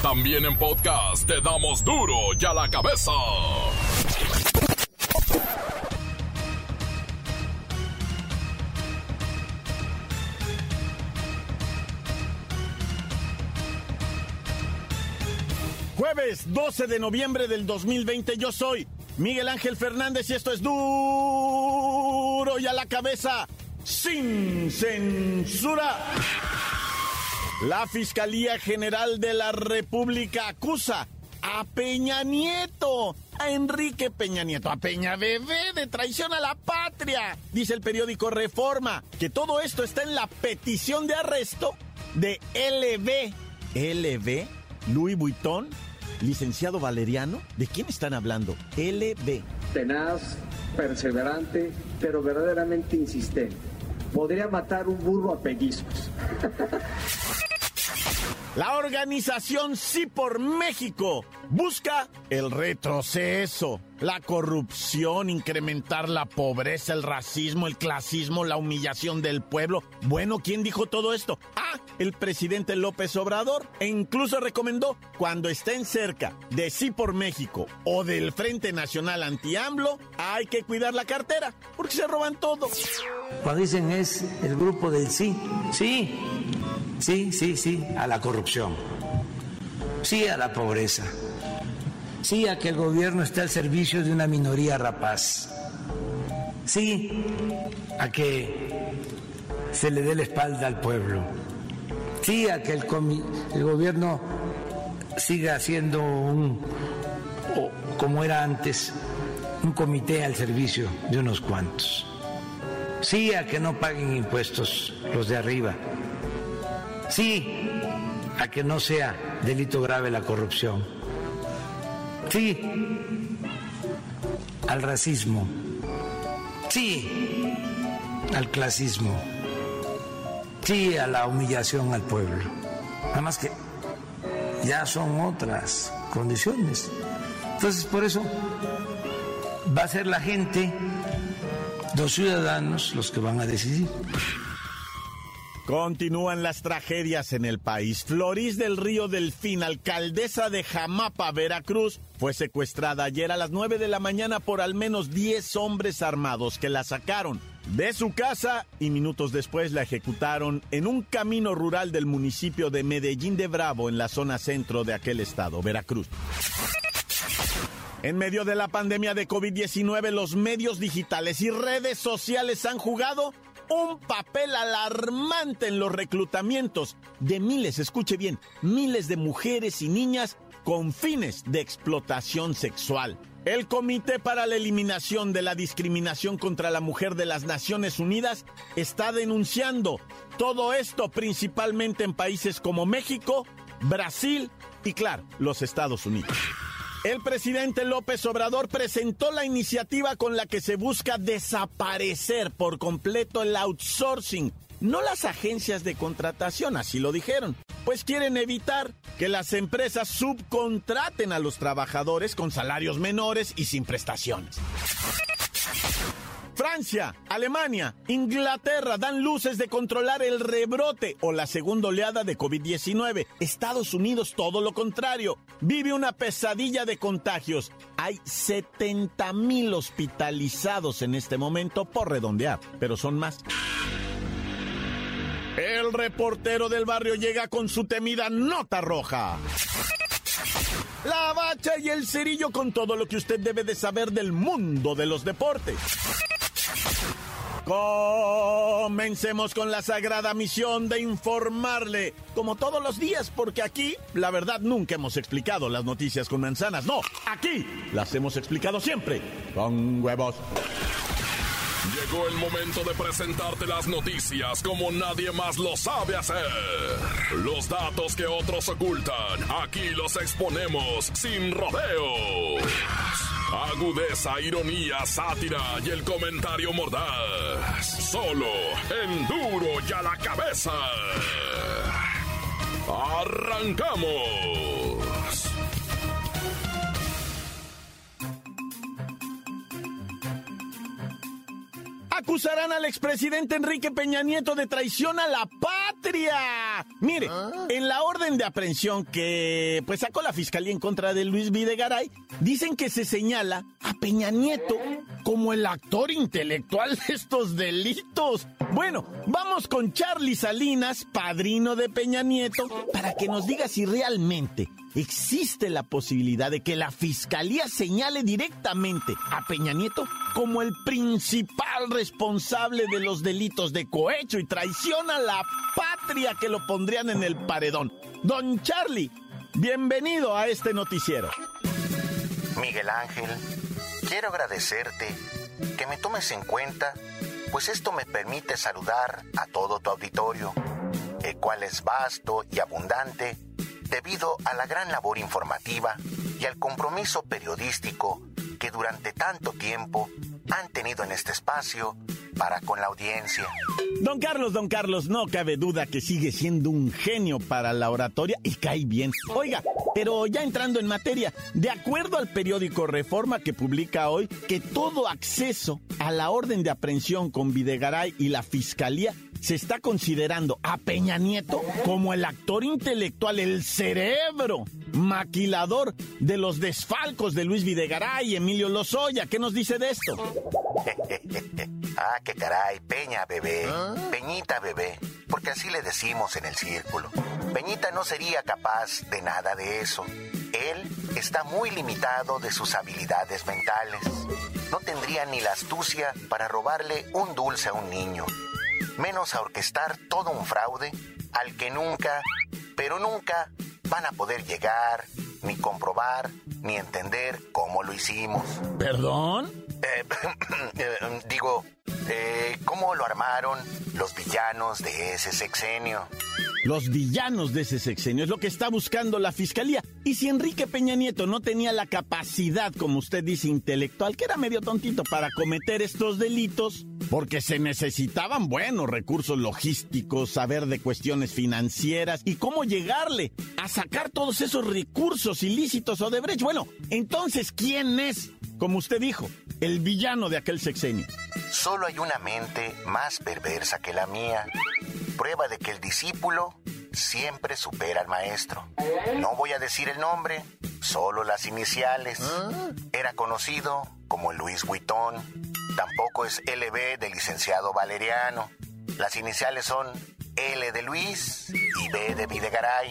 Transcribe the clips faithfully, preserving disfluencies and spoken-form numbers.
También en podcast te damos duro y a la cabeza. Jueves doce de noviembre del dos mil veinte, yo soy Miguel Ángel Fernández y esto es Duro y a la Cabeza, sin censura. La Fiscalía General de la República acusa a Peña Nieto, a Enrique Peña Nieto, a Peña Bebé de traición a la patria. Dice el periódico Reforma que todo esto está en la petición de arresto de L V. ¿L V? ¿Louis Vuitton? ¿Licenciado Valeriano? ¿De quién están hablando? L V. Tenaz, perseverante, pero verdaderamente insistente. Podría matar un burro a pellizcos. La organización Sí por México busca el retroceso, la corrupción, incrementar la pobreza, el racismo, el clasismo, la humillación del pueblo. Bueno, ¿quién dijo todo esto? Ah, el presidente López Obrador. E incluso recomendó, cuando estén cerca de Sí por México o del Frente Nacional Anti-AMLO, hay que cuidar la cartera, porque se roban todo. Cuando dicen es el grupo del sí, sí. Sí, sí, sí, a la corrupción, sí a la pobreza, sí a que el gobierno esté al servicio de una minoría rapaz, sí a que se le dé la espalda al pueblo, sí a que el, el gobierno siga siendo un, o, como era antes, un comité al servicio de unos cuantos, sí a que no paguen impuestos los de arriba. Sí, a que no sea delito grave la corrupción. Sí, al racismo. Sí, al clasismo. Sí, a la humillación al pueblo. Nada más que ya son otras condiciones. Entonces, por eso va a ser la gente, los ciudadanos, los que van a decidir. Continúan las tragedias en el país. Florís del Río Delfín, alcaldesa de Jamapa, Veracruz, fue secuestrada ayer a las nueve de la mañana por al menos diez hombres armados que la sacaron de su casa y minutos después la ejecutaron en un camino rural del municipio de Medellín de Bravo, en la zona centro de aquel estado, Veracruz. En medio de la pandemia de COVID diecinueve, los medios digitales y redes sociales han jugado un papel alarmante en los reclutamientos de miles, escuche bien, miles de mujeres y niñas con fines de explotación sexual. El Comité para la Eliminación de la Discriminación contra la Mujer de las Naciones Unidas está denunciando todo esto principalmente en países como México, Brasil y, claro, los Estados Unidos. El presidente López Obrador presentó la iniciativa con la que se busca desaparecer por completo el outsourcing, no las agencias de contratación, así lo dijeron, pues quieren evitar que las empresas subcontraten a los trabajadores con salarios menores y sin prestaciones. Francia, Alemania, Inglaterra dan luces de controlar el rebrote o la segunda oleada de COVID diecinueve. Estados Unidos, todo lo contrario, vive una pesadilla de contagios. Hay setenta mil hospitalizados en este momento, por redondear, pero son más. El reportero del barrio llega con su temida nota roja. La Bacha y el Cerillo con todo lo que usted debe de saber del mundo de los deportes. Comencemos con la sagrada misión de informarle, como todos los días, porque aquí, la verdad, nunca hemos explicado las noticias con manzanas. No, aquí las hemos explicado siempre con huevos. Llegó el momento de presentarte las noticias como nadie más lo sabe hacer. Los datos que otros ocultan, aquí los exponemos sin rodeos. Agudeza, ironía, sátira y el comentario mordaz. Solo en Duro y a la Cabeza. ¡Arrancamos! Acusarán al expresidente Enrique Peña Nieto de traición a la patria. materia. Mire, ¿Ah? en la orden de aprehensión que pues sacó la Fiscalía en contra de Luis Videgaray, dicen que se señala a Peña Nieto como el actor intelectual de estos delitos. Bueno, vamos con Charlie Salinas, padrino de Peña Nieto, para que nos diga si realmente existe la posibilidad de que la Fiscalía señale directamente a Peña Nieto como el principal responsable de los delitos de cohecho y traición a la patria que lo pondrían en el paredón. Don Charlie, bienvenido a este noticiero. Miguel Ángel, quiero agradecerte que me tomes en cuenta, pues esto me permite saludar a todo tu auditorio, el cual es vasto y abundante debido a la gran labor informativa y al compromiso periodístico que durante tanto tiempo han tenido en este espacio para con la audiencia. Don Carlos, don Carlos, no cabe duda que sigue siendo un genio para la oratoria y cae bien. Oiga, pero ya entrando en materia, de acuerdo al periódico Reforma que publica hoy que todo acceso a la orden de aprehensión con Videgaray y la Fiscalía se está considerando a Peña Nieto como el actor intelectual, el cerebro maquilador de los desfalcos de Luis Videgaray y Emilio Lozoya. ¿Qué nos dice de esto? Ah, qué caray, Peña bebé, ¿Ah? Peñita bebé, porque así le decimos en el círculo. Peñita no sería capaz de nada de eso. Él está muy limitado de sus habilidades mentales. No tendría ni la astucia para robarle un dulce a un niño, menos a orquestar todo un fraude al que nunca, pero nunca van a poder llegar, ni comprobar, ni entender cómo lo hicimos. ¿Perdón? Eh, eh, digo, eh, ¿cómo lo armaron los villanos de ese sexenio? Los villanos de ese sexenio es lo que está buscando la Fiscalía. Y si Enrique Peña Nieto no tenía la capacidad, como usted dice, intelectual, que era medio tontito para cometer estos delitos, porque se necesitaban buenos recursos logísticos, saber de cuestiones financieras y cómo llegarle a sacar todos esos recursos ilícitos o de Odebrecht. Bueno, entonces, ¿quién es, como usted dijo, el villano de aquel sexenio? Solo hay una mente más perversa que la mía. Prueba de que el discípulo siempre supera al maestro. No voy a decir el nombre, solo las iniciales. Era conocido como Luis Vuitton. Tampoco es L B de licenciado Valeriano. Las iniciales son L de Luis y B de Videgaray.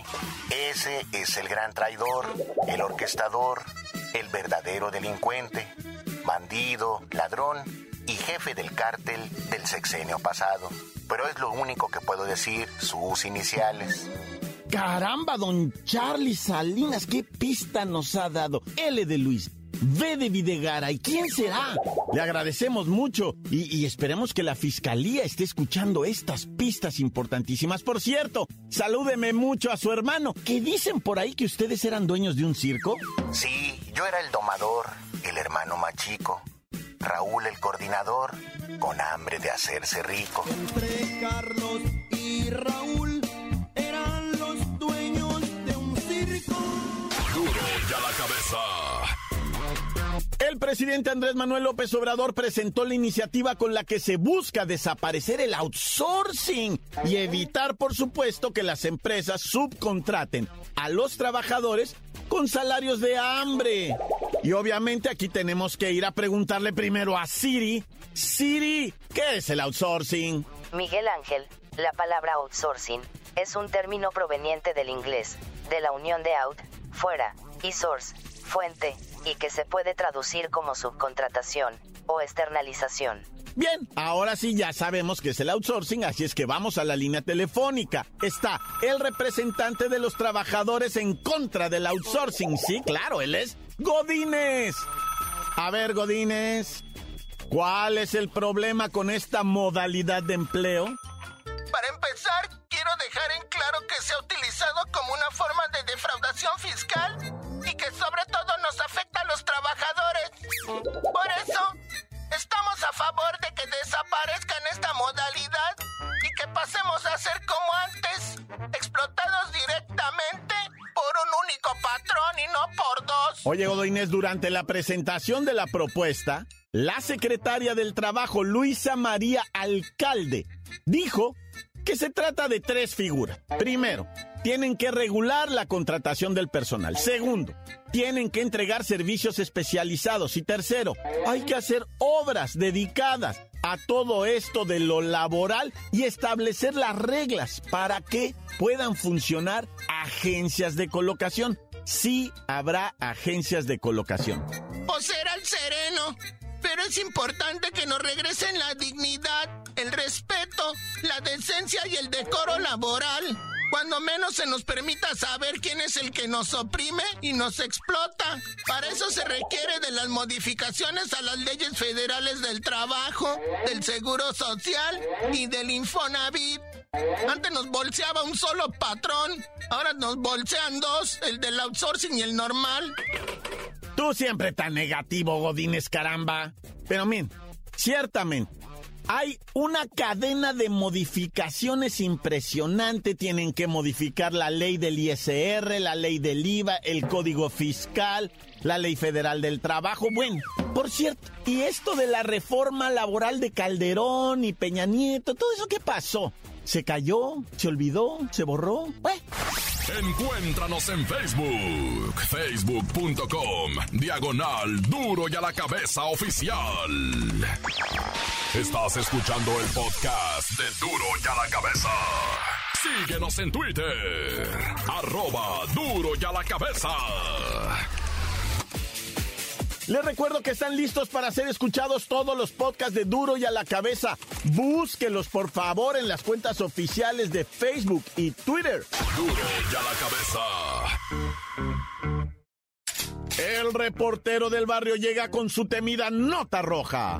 Ese es el gran traidor, el orquestador, el verdadero delincuente, bandido, ladrón y jefe del cártel del sexenio pasado. Pero es lo único que puedo decir, sus iniciales. ¡Caramba, don Charlie Salinas! ¡Qué pista nos ha dado! L de Luis, V de Videgaray. ¿Quién será? Le agradecemos mucho y, y esperemos que la Fiscalía esté escuchando estas pistas importantísimas. Por cierto, salúdeme mucho a su hermano. ¿Qué dicen por ahí que ustedes eran dueños de un circo? Sí, yo era el domador, el hermano más chico. Raúl el coordinador, con hambre de hacerse rico. Entre Carlos y Raúl eran los dueños de un circo. Duro y a la cabeza. El presidente Andrés Manuel López Obrador presentó la iniciativa con la que se busca desaparecer el outsourcing y evitar, por supuesto, que las empresas subcontraten a los trabajadores con salarios de hambre. Y obviamente aquí tenemos que ir a preguntarle primero a Siri. Siri, ¿qué es el outsourcing? Miguel Ángel, la palabra outsourcing es un término proveniente del inglés, de la unión de out, fuera, y source, fuente, y que se puede traducir como subcontratación o externalización. Bien, ahora sí ya sabemos qué es el outsourcing, así es que vamos a la línea telefónica. Está el representante de los trabajadores en contra del outsourcing. Sí, claro, él es Godínez. A ver, Godínez, ¿cuál es el problema con esta modalidad de empleo? Para empezar, quiero dejar en claro que se ha utilizado como una forma de defraudación fiscal y que sobre todo nos afecta a los trabajadores. Por eso, estamos a favor de que desaparezcan esta modalidad y que pasemos a ser como antes, explotados directamente por un único patrón y no por dos. Oye, Godínez, durante la presentación de la propuesta, la secretaria del Trabajo, Luisa María Alcalde, dijo que se trata de tres figuras. Primero, tienen que regular la contratación del personal. Segundo, tienen que entregar servicios especializados. Y tercero, hay que hacer obras dedicadas a todo esto de lo laboral y establecer las reglas para que puedan funcionar agencias de colocación. Sí habrá agencias de colocación. O será el sereno, pero es importante que nos regresen la dignidad, el respeto, la decencia y el decoro laboral. Cuando menos se nos permita saber quién es el que nos oprime y nos explota. Para eso se requiere de las modificaciones a las leyes federales del trabajo, del seguro social y del Infonavit. Antes nos bolseaba un solo patrón, ahora nos bolsean dos, el del outsourcing y el normal. Tú siempre tan negativo, Godínez, caramba. Pero miren, ciertamente, hay una cadena de modificaciones impresionante. Tienen que modificar la ley del I S R, la ley del I V A, el Código Fiscal, la Ley Federal del Trabajo. Bueno, por cierto, ¿y esto de la reforma laboral de Calderón y Peña Nieto? ¿Todo eso qué pasó? ¿Se cayó? ¿Se olvidó? ¿Se borró? ¿Eh? Encuéntranos en Facebook, facebook punto com, diagonal Duro y a la Cabeza Oficial. Estás escuchando el podcast de Duro y a la Cabeza. Síguenos en Twitter, arroba Duro y a la Cabeza. Les recuerdo que están listos para ser escuchados todos los podcasts de Duro y a la Cabeza. Búsquelos, por favor, en las cuentas oficiales de Facebook y Twitter. Duro y a la Cabeza. El reportero del barrio llega con su temida nota roja.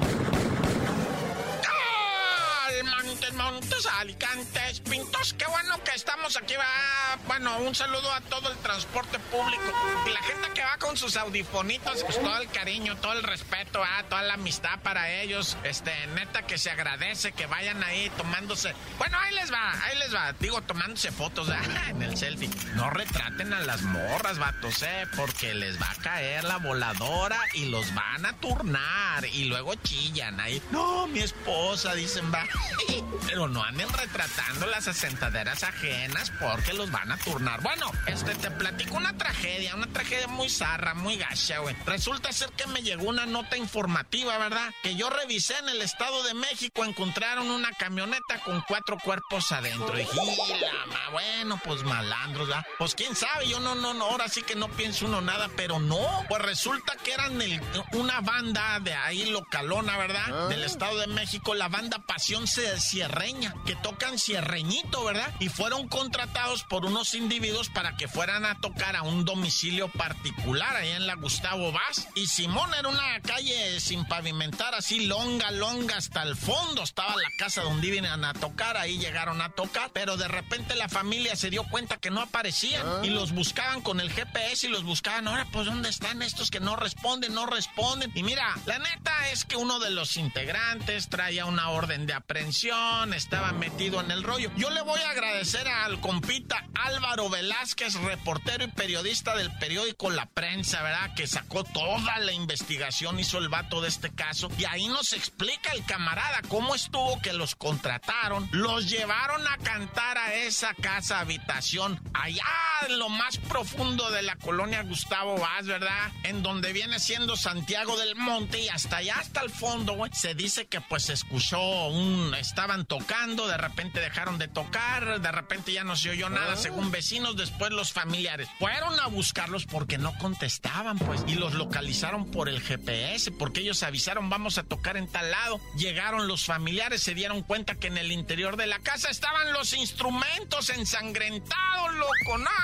Montes, Montes, Alicantes, Pintos, qué bueno que estamos aquí, va. Bueno, un saludo a todo el transporte público y la gente que va con sus audifonitos, pues todo el cariño, todo el respeto, ah, toda la amistad para ellos, este, neta que se agradece que vayan ahí tomándose, bueno, ahí les va, ahí les va, digo, tomándose fotos, ah, en el selfie, no retraten a las morras, vatos, eh, porque les va a caer la voladora y los van a turnar y luego chillan ahí, no, mi esposa, dicen, va, pero no anden retratando las asentaderas ajenas porque los van a turnar. Bueno, este, te platico una tragedia, una tragedia muy zarra, muy gacha, güey. Resulta ser que me llegó una nota informativa, ¿verdad? Que yo revisé en el Estado de México, encontraron una camioneta con cuatro cuerpos adentro. Y dije, ma, bueno, pues malandros, ¿verdad? Pues quién sabe, yo no, no, no, ahora sí que no pienso uno nada, pero no. Pues resulta que eran el, una banda de ahí localona, ¿verdad? Del Estado de México, la banda Pasión Cierreña, que tocan cierreñito, ¿verdad? Y fueron contratados por unos individuos para que fueran a tocar a un domicilio particular ahí en la Gustavo Vaz. Y Simón, era una calle sin pavimentar, así longa, longa, hasta el fondo estaba la casa donde iban a tocar, ahí llegaron a tocar, pero de repente la familia se dio cuenta que no aparecían y los buscaban con el G P S y los buscaban, ahora pues ¿dónde están estos que no responden, no responden? Y mira, la neta es que uno de los integrantes traía una orden de aprehensión, estaba metido en el rollo. Yo le voy a agradecer al compita Álvaro Velázquez, reportero y periodista del periódico La Prensa, ¿verdad? Que sacó toda la investigación, hizo el vato de este caso, y ahí nos explica el camarada cómo estuvo que los contrataron, los llevaron a cantar a esa casa habitación, allá en lo más profundo de la colonia Gustavo Vaz, ¿verdad? En donde viene siendo Santiago del Monte, y hasta allá, hasta el fondo, güey, se dice que pues se escuchó un... estaban tocando, de repente dejaron de tocar, de repente ya no se oyó nada, según vecinos. Después los familiares fueron a buscarlos porque no contestaban, pues, y los localizaron por el G P S, porque ellos avisaron, vamos a tocar en tal lado. Llegaron los familiares, se dieron cuenta que en el interior de la casa estaban los instrumentos ensangrentados, loco. ¡No!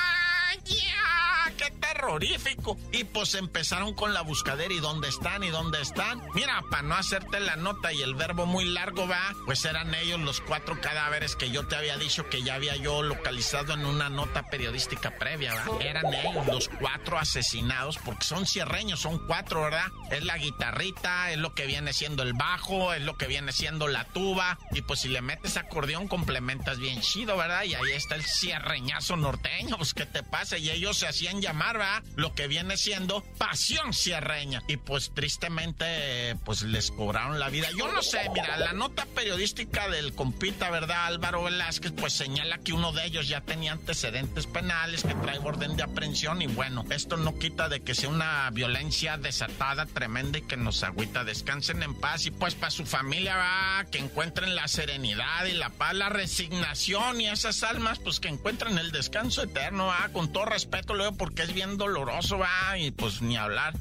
¡Ya! ¡Qué terrorífico! Y pues empezaron con la buscadera, y dónde están, y dónde están. Mira, para no hacerte la nota y el verbo muy largo, va, pues eran ellos los cuatro cadáveres que yo te había dicho que ya había yo localizado en una nota periodística previa, va. Eran ellos los cuatro asesinados, porque son cierreños, son cuatro, ¿verdad? Es la guitarrita, es lo que viene siendo el bajo, es lo que viene siendo la tuba, y pues si le metes acordeón complementas bien chido, ¿verdad? Y ahí está el cierreñazo norteño, pues ¿qué te pasa? Y ellos se hacían llamar, ¿verdad? ¿verdad? Lo que viene siendo Pasión Sierreña. Y pues tristemente, pues les cobraron la vida. Yo no sé, mira, la nota periodística del compita, ¿verdad? Álvaro Velázquez, pues señala que uno de ellos ya tenía antecedentes penales, que trae orden de aprehensión y bueno, esto no quita de que sea una violencia desatada, tremenda y que nos agüita. Descansen en paz y pues para su familia, va, que encuentren la serenidad y la paz, la resignación y esas almas, pues que encuentren el descanso eterno, va, con todo respeto, luego porque es bien doloroso, va, y pues ni hablar.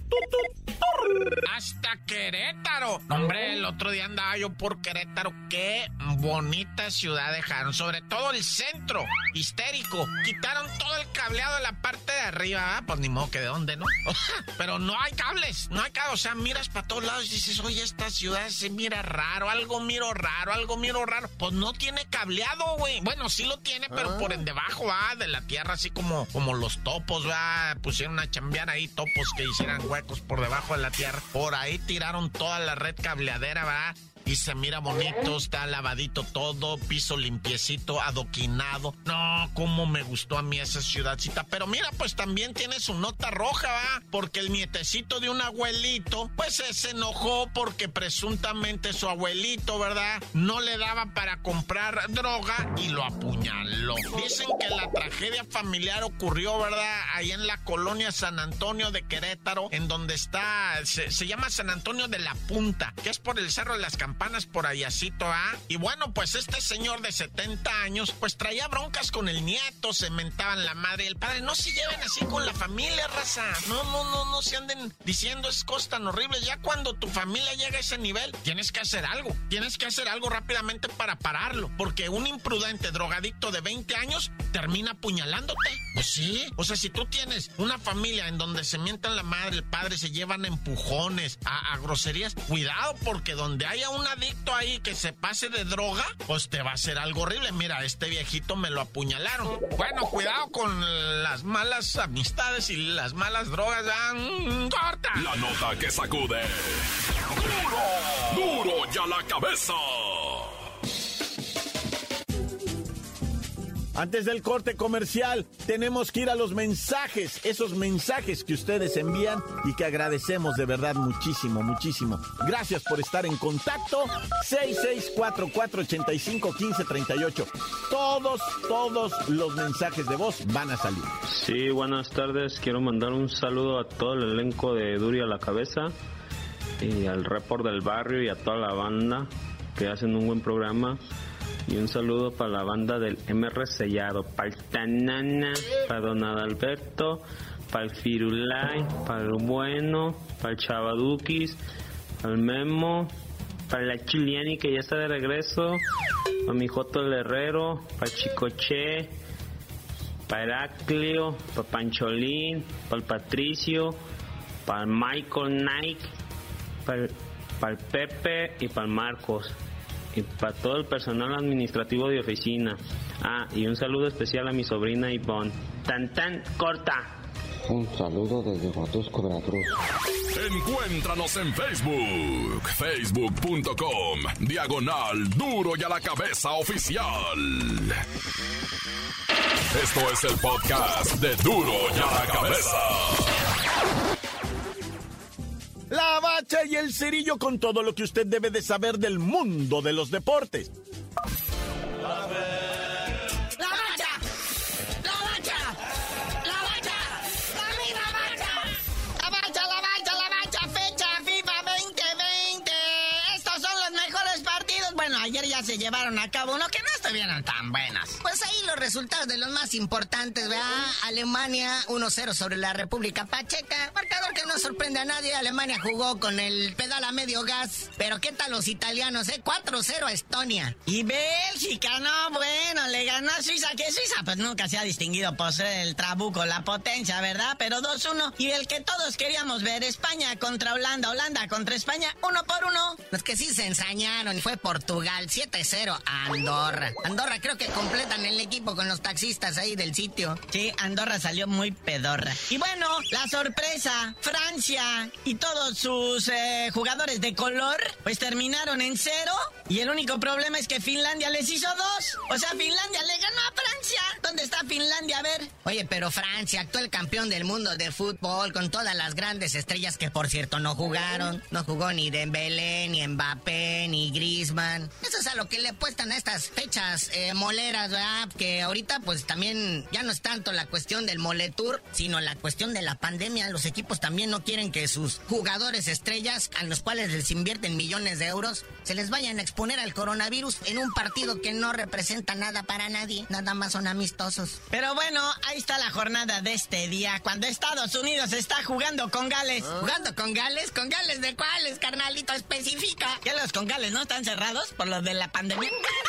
Hasta Querétaro. Hombre, el otro día andaba yo por Querétaro. Qué bonita ciudad dejaron, sobre todo el centro, histérico. Quitaron todo el cableado de la parte de arriba, ¿eh? Pues ni modo que de dónde, ¿no? Pero no hay cables, no hay cables, o sea, miras para todos lados y dices, oye, esta ciudad se mira raro, algo miro raro, algo miro raro. Pues no tiene cableado, güey. Bueno, sí lo tiene, pero ah. por en debajo, va, de la tierra, así como, como los topos, va, pusieron a chambear ahí topos que hicieran huecos por debajo de la tierra. Por ahí tiraron toda la red cableadera, va. Y se mira bonito, está lavadito todo, piso limpiecito, adoquinado. No, cómo me gustó a mí esa ciudadcita. Pero mira, pues también tiene su nota roja, ¿va? Porque el nietecito de un abuelito, pues se enojó porque presuntamente su abuelito, ¿verdad? No le daba para comprar droga y lo apuñaló. Dicen que la tragedia familiar ocurrió, ¿verdad? Ahí en la colonia San Antonio de Querétaro, en donde está, se, se llama San Antonio de la Punta, que es por el Cerro de las Campanas. Campanas por allácito, ¿ah? Y bueno, pues este señor de setenta años, pues traía broncas con el nieto, se mentaban la madre y el padre. No se lleven así con la familia, raza. No, no, no, no se anden diciendo esas cosas tan horribles. Ya cuando tu familia llega a ese nivel, tienes que hacer algo. Tienes que hacer algo rápidamente para pararlo. Porque un imprudente drogadicto de veinte años termina apuñalándote. Pues sí. O sea, si tú tienes una familia en donde se mientan la madre, el padre, se llevan empujones, a, a groserías, cuidado, porque donde haya un adicto ahí que se pase de droga, pues te va a hacer algo horrible. Mira, este viejito me lo apuñalaron. Bueno, cuidado con las malas amistades y las malas drogas. ¡Ah, corta! La nota que sacude. ¡Duro! ¡Duro ya la cabeza! Antes del corte comercial, tenemos que ir a los mensajes, esos mensajes que ustedes envían y que agradecemos de verdad muchísimo, muchísimo. Gracias por estar en contacto. seis seis cuatro cuatro, ocho cinco, uno cinco tres ocho. Todos, todos los mensajes de voz van a salir. Sí, buenas tardes. Quiero mandar un saludo a todo el elenco de Duro y a la cabeza y al report del barrio y a toda la banda que hacen un buen programa. Y un saludo para la banda del M R Sellado, para el Tanana, para Don Adalberto, para el Firulay, para el Bueno, para el Chavaduquis, para el Memo, para la Chiliani que ya está de regreso, para mi Joto el Herrero, para el Chicoche, para Heraclio, para Pancholín, para el Patricio, para el Michael Nike, para el, para el Pepe y para el Marcos. Y para todo el personal administrativo de oficina. Ah, y un saludo especial a mi sobrina Ivonne. Tan tan corta. Un saludo desde Huatusco, Veracruz. Encuéntranos en Facebook, facebook punto com, diagonal Duro y a la Cabeza Oficial. Esto es el podcast de Duro y a la Cabeza. La Bacha y el Cerillo con todo lo que usted debe de saber del mundo de los deportes. La Bacha, la Bacha, la Bacha, la misma Bacha. La Bacha, la Bacha, la Bacha, fecha FIFA veinte veinte. Estos son los mejores partidos. Bueno, ayer ya se llevaron a cabo uno que no estuvieron tan buenas. Pues ahí los resultados de los más importantes, ¿verdad? Alemania uno cero sobre la República Pacheca. Marcador que no sorprende a nadie. Alemania jugó con el pedal a medio gas. Pero ¿qué tal los italianos, eh? cuatro cero a Estonia. Y Bélgica, no, bueno, le ganó a Suiza. Que Suiza pues nunca se ha distinguido por ser el trabuco, la potencia, ¿verdad? Pero dos uno. Y el que todos queríamos ver, España contra Holanda. Holanda contra España, uno por uno. Los que sí se ensañaron fue Portugal, siete cero a Andorra. Andorra creo que completan el equipo con los taxistas ahí del sitio. Sí, Andorra salió muy pedorra. Y bueno, la sorpresa, Francia y todos sus eh, jugadores de color, pues terminaron en cero. Y el único problema es que Finlandia les hizo dos. O sea, Finlandia le ganó a Francia. ¿Dónde está Finlandia? A ver. Oye, pero Francia, actual campeón del mundo de fútbol, con todas las grandes estrellas que, por cierto, no jugaron. No jugó ni Dembélé, ni Mbappé, ni Griezmann. Eso es a lo que le apuestan a estas fechas eh, moleras, ¿verdad? Que ahorita, pues, también ya no es tanto la cuestión del Moletour, sino la cuestión de la pandemia. Los equipos también no quieren que sus jugadores estrellas, a los cuales les invierten millones de euros, se les vayan a exponer al coronavirus en un partido que no representa nada para nadie. Nada más son amistosos. Pero bueno, ahí está la jornada de este día, cuando Estados Unidos está jugando con Gales. ¿Ah? ¿Jugando con Gales? ¿Con Gales de cuáles, carnalito? Especifica. ¿Ya los con Gales no están cerrados por lo de la pandemia?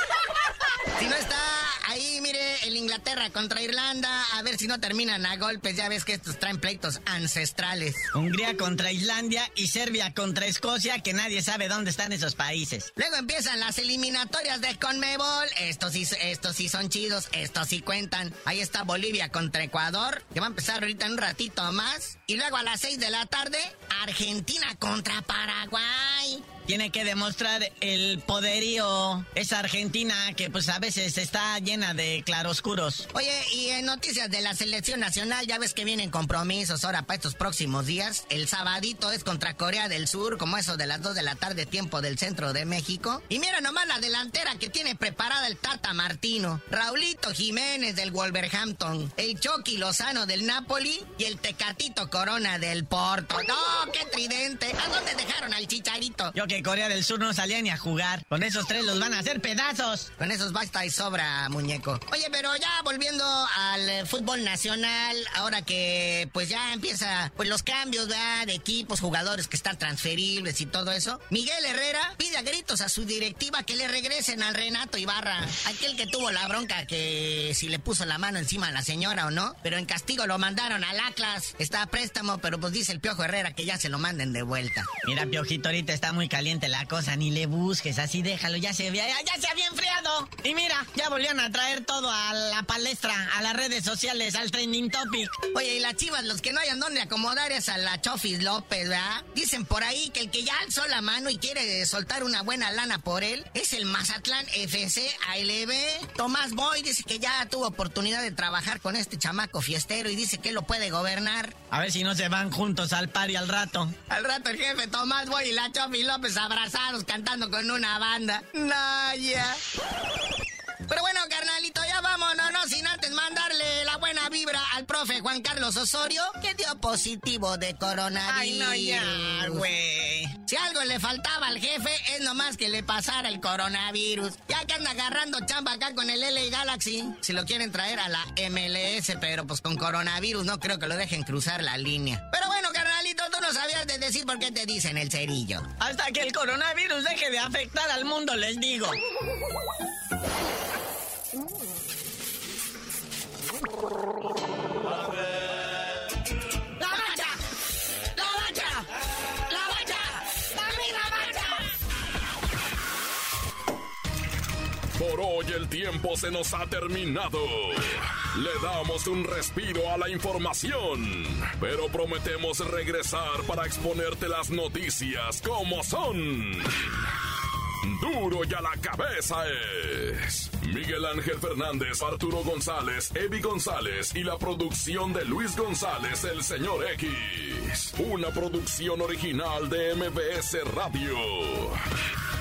Si no está ahí, mire, el Inglaterra contra Irlanda, a ver si no terminan a golpes. Ya ves que estos traen pleitos ancestrales. Hungría contra Islandia y Serbia contra Escocia, que nadie sabe dónde están esos países. Luego empiezan las eliminatorias de CONMEBOL. Estos sí, estos sí son chidos, estos sí cuentan. Ahí está Bolivia contra Ecuador, que va a empezar ahorita en un ratito más. Y luego a las seis de la tarde, Argentina contra Paraguay. Tiene que demostrar el poderío esa Argentina que pues a veces está llena de claroscuros. Oye, y en noticias de la selección nacional, ya ves que vienen compromisos ahora para estos próximos días. El sabadito es contra Corea del Sur, como eso de las dos de la tarde, tiempo del centro de México. Y mira nomás la delantera que tiene preparada el Tata Martino. Raulito Jiménez del Wolverhampton, el Chucky Lozano del Napoli y el Tecatito Corona del Porto. ¡No, qué tridente! ¿A dónde dejaron al Chicharito? Yo que Corea del Sur no salía ni a jugar. Con esos tres los van a hacer pedazos. Con esos basta y sobra, muñeco. Oye, pero ya volviendo al eh, fútbol nacional, ahora que pues ya empieza pues los cambios, ¿verdad? De equipos, jugadores que están transferibles y todo eso. Miguel Herrera pide a gritos a su directiva que le regresen al Renato Ibarra, aquel que tuvo la bronca que si le puso la mano encima a la señora o no, pero en castigo lo mandaron al Atlas. Está a préstamo, pero pues dice el Piojo Herrera que ya se lo manden de vuelta. Mira, Piojito, ahorita está muy caliente la cosa, ni le busques, así déjalo, ya se había, ya se había enfriado. Y mira, ya volvieron a traer todo a la palestra, a las redes sociales, al trending topic. Oye, y las Chivas, los que no hayan dónde acomodar es a la Chofis López, ¿verdad? Dicen por ahí que el que ya alzó la mano y quiere soltar una buena lana por él es el Mazatlán F C A L B. Tomás Boy dice que ya tuvo oportunidad de trabajar con este chamaco fiestero y dice que él lo puede gobernar. A ver si no se van juntos al party al rato. Al rato el jefe Tomás Boy y la Chofis López abrazados cantando con una banda. No, ya. Pero bueno, carnalito, ya vámonos, no sin antes mandarle la buena vibra al profe Juan Carlos Osorio, que dio positivo de coronavirus. Ay, no, ya, güey. Si algo le faltaba al jefe, es nomás que le pasara el coronavirus. Ya que anda agarrando chamba acá con el L A Galaxy, si lo quieren traer a la M L S, pero pues con coronavirus no creo que lo dejen cruzar la línea. Pero bueno, carnalito, tú no sabías de decir por qué te dicen el cerillo. Hasta que el coronavirus deje de afectar al mundo, les digo. Por hoy el tiempo se nos ha terminado. Le damos un respiro a la información, pero prometemos regresar para exponerte las noticias como son. Duro y a la cabeza es Miguel Ángel Fernández, Arturo González, Evi González y la producción de Luis González, el señor X. Una producción original de M B S Radio.